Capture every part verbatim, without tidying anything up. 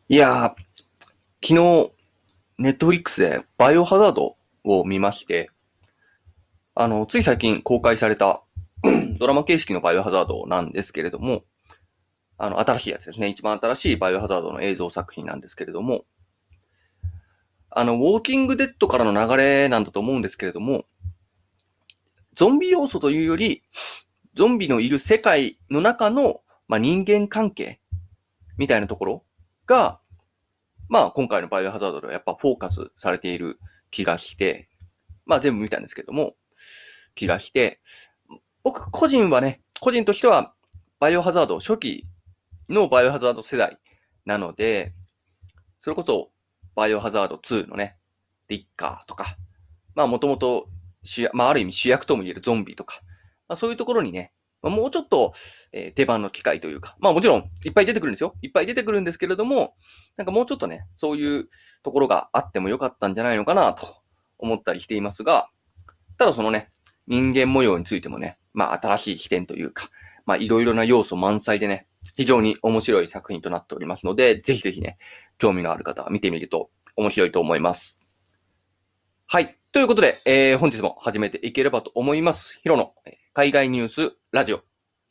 いやー、昨日、ネットフリックスでバイオハザードを見まして、あの、つい最近公開されたドラマ形式のバイオハザードなんですけれども、あの、新しいやつですね。一番新しいバイオハザードの映像作品なんですけれども、あの、ウォーキングデッドからの流れなんだと思うんですけれども、ゾンビ要素というより、ゾンビのいる世界の中の、まあ、人間関係みたいなところが、まあ、今回のバイオハザードではやっぱフォーカスされている気がして、まあ全部見たんですけども、気がして、僕個人はね、個人としては、バイオハザード初期のバイオハザード世代なので、それこそ、バイオハザードツーのね、リッカーとか、まあもともと、まあある意味主役とも言えるゾンビとか、まあそういうところにね、まあ、もうちょっと、えー、出番の機会というか、まあもちろんいっぱい出てくるんですよ。いっぱい出てくるんですけれども、なんかもうちょっとね、そういうところがあってもよかったんじゃないのかなと思ったりしていますが、ただそのね、人間模様についてもね、まあ新しい視点というか、まあいろいろな要素満載でね、非常に面白い作品となっておりますので、ぜひぜひね、興味のある方は見てみると面白いと思います。はい。ということで、えー、本日も始めていければと思います。ヒロの海外ニュースラジオ。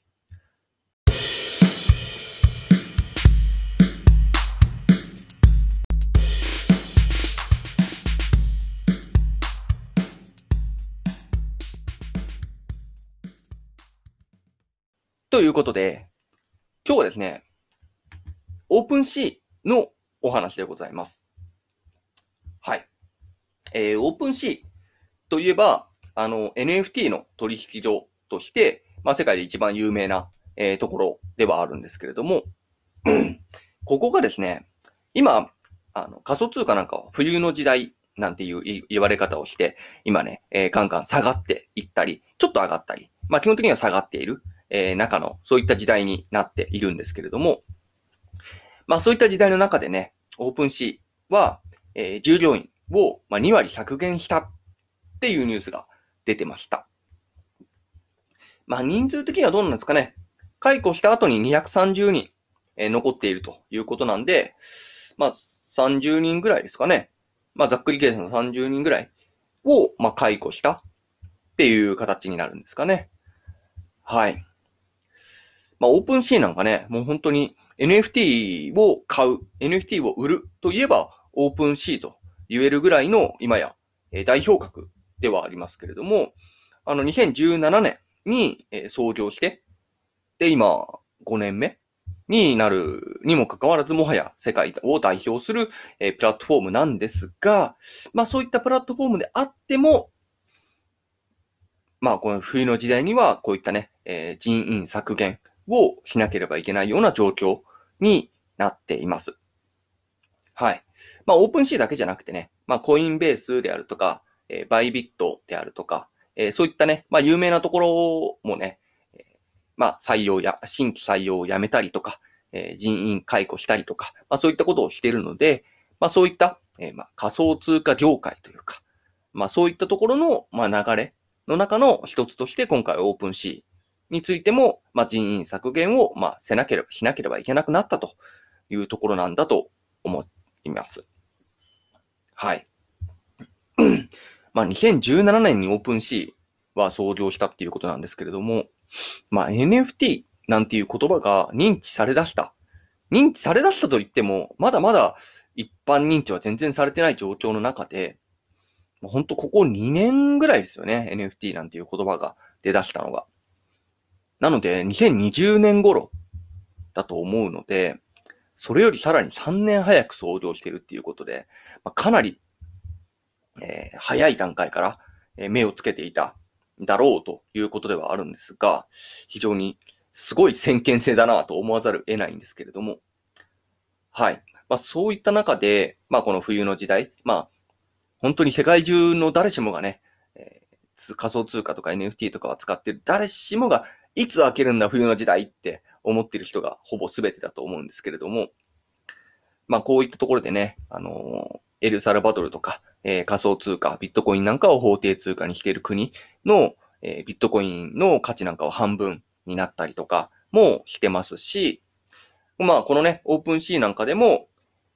ということで、今日はですね、オープンシーのお話でございます。はい。えー、オープンシーといえば、あの、エヌエフティー の取引所として、まあ、世界で一番有名な、えー、ところではあるんですけれども、うん、ここがですね、今、あの、仮想通貨なんかは冬の時代なんていう言われ方をして、今ね、えー、カンカン下がっていったり、ちょっと上がったり、まあ、基本的には下がっている、えー、中の、そういった時代になっているんですけれども、まあ、そういった時代の中でね、オープンシーは、えー、従業員を、まあ、に割削減したっていうニュースが出てました。まあ人数的にはどうなんですかね。解雇した後ににひゃくさんじゅうにん、えー、残っているということなんで、まあさんじゅうにんぐらいですかね。まあざっくり計算さんじゅうにんぐらいを、まあ解雇したっていう形になるんですかね。はい。まあオープンシーなんかね、もう本当に エヌエフティー を買う、エヌエフティー を売るといえばオープンシーと言えるぐらいの今や、えー、代表格ではありますけれども、あのにせんじゅうななねんに、えー、創業して、で今ごねんめになるにもかかわらずもはや世界を代表する、えー、プラットフォームなんですが、まあそういったプラットフォームであっても、まあこの冬の時代にはこういったね、えー、人員削減をしなければいけないような状況になっています。はい。まあ、オープンシーだけじゃなくてね、まあ、コインベースであるとか、えー、バイビットであるとか、えー、そういったね、まあ、有名なところもね、えー、まあ、採用や、新規採用をやめたりとか、えー、人員解雇したりとか、まあ、そういったことをしているので、まあ、そういった、えー、まあ、仮想通貨業界というか、まあ、そういったところの、まあ、流れの中の一つとして、今回オープンシーについても、まあ、人員削減を、まあ、せなければ、しなければいけなくなったというところなんだと思います。はい。まあ、にせんじゅうななねんにオープンシーは創業したっていうことなんですけれども、まあ、エヌエフティー なんていう言葉が認知されだした。認知されだしたと言っても、まだまだ一般認知は全然されてない状況の中で、ほんとここにねんぐらいですよね。エヌエフティー なんていう言葉が出だしたのが。なので、にせんにじゅうねん頃だと思うので、それよりさらにさんねん早く創業しているっていうことで、まあ、かなり、えー、早い段階から、えー、目をつけていただろうということではあるんですが、非常にすごい先見性だなと思わざるを得ないんですけれども、はい。まあそういった中で、まあこの冬の時代、まあ本当に世界中の誰しもがね、えー、仮想通貨とか エヌエフティー とかは使っている誰しもがいつ開けるんだ冬の時代って思っている人がほぼ全てだと思うんですけれども、まあこういったところでね、あのー、エルサルバドルとか、えー、仮想通貨、ビットコインなんかを法定通貨にしている国の、えー、ビットコインの価値なんかは半分になったりとかもしてますし、まあこのね、オープンシーなんかでも、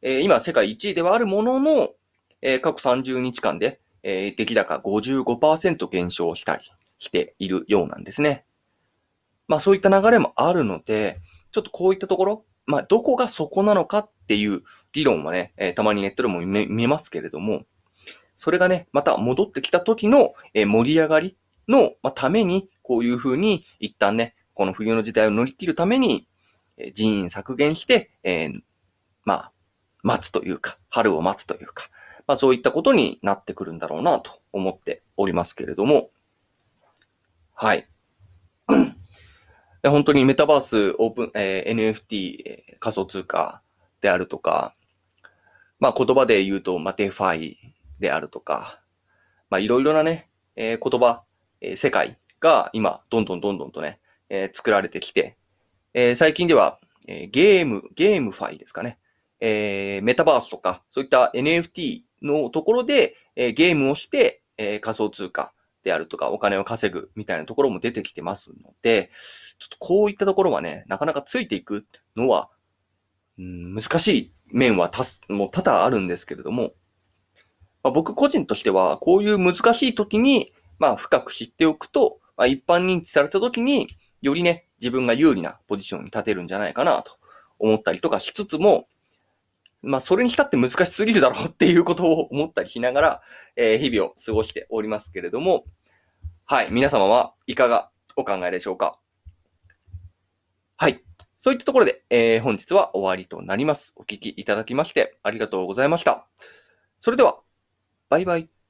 えー、今世界いちいではあるものの、えー、過去さんじゅうにちかんで、えー、出来高 ごじゅうごパーセント 減少したりしているようなんですね。まあそういった流れもあるので、ちょっとこういったところ、まあどこがそこなのかっていう理論はね、えー、たまにネットでも見見ますけれども、それがね、また戻ってきた時の、えー、盛り上がりの、まあ、ために、こういうふうに一旦ね、この冬の時代を乗り切るために、えー、人員削減して、えー、まあ、待つというか、春を待つというか、まあそういったことになってくるんだろうなと思っておりますけれども、はい。本当にメタバース、オープン、えー、エヌエフティー、えー、仮想通貨であるとか、まあ言葉で言うと、まあデファイであるとか、まあいろいろなね、えー、言葉、えー、世界が今、どんどんどんどんとね、えー、作られてきて、えー、最近では、えー、ゲーム、ゲームファイですかね。えー、メタバースとか、そういった エヌエフティー のところで、えー、ゲームをして、えー、仮想通貨であるとか、お金を稼ぐみたいなところも出てきてますので、ちょっとこういったところはね、なかなかついていくのは、うん、難しい面はたす、もう多々あるんですけれども、まあ、僕個人としては、こういう難しい時に、まあ深く知っておくと、まあ、一般認知された時に、よりね、自分が有利なポジションに立てるんじゃないかなと思ったりとかしつつも、まあそれにしたって難しすぎるだろうっていうことを思ったりしながら、えー、日々を過ごしておりますけれども、はい、皆様はいかがお考えでしょうか。はい。そういったところで、えー、本日は終わりとなります。お聞きいただきましてありがとうございました。それでは、バイバイ。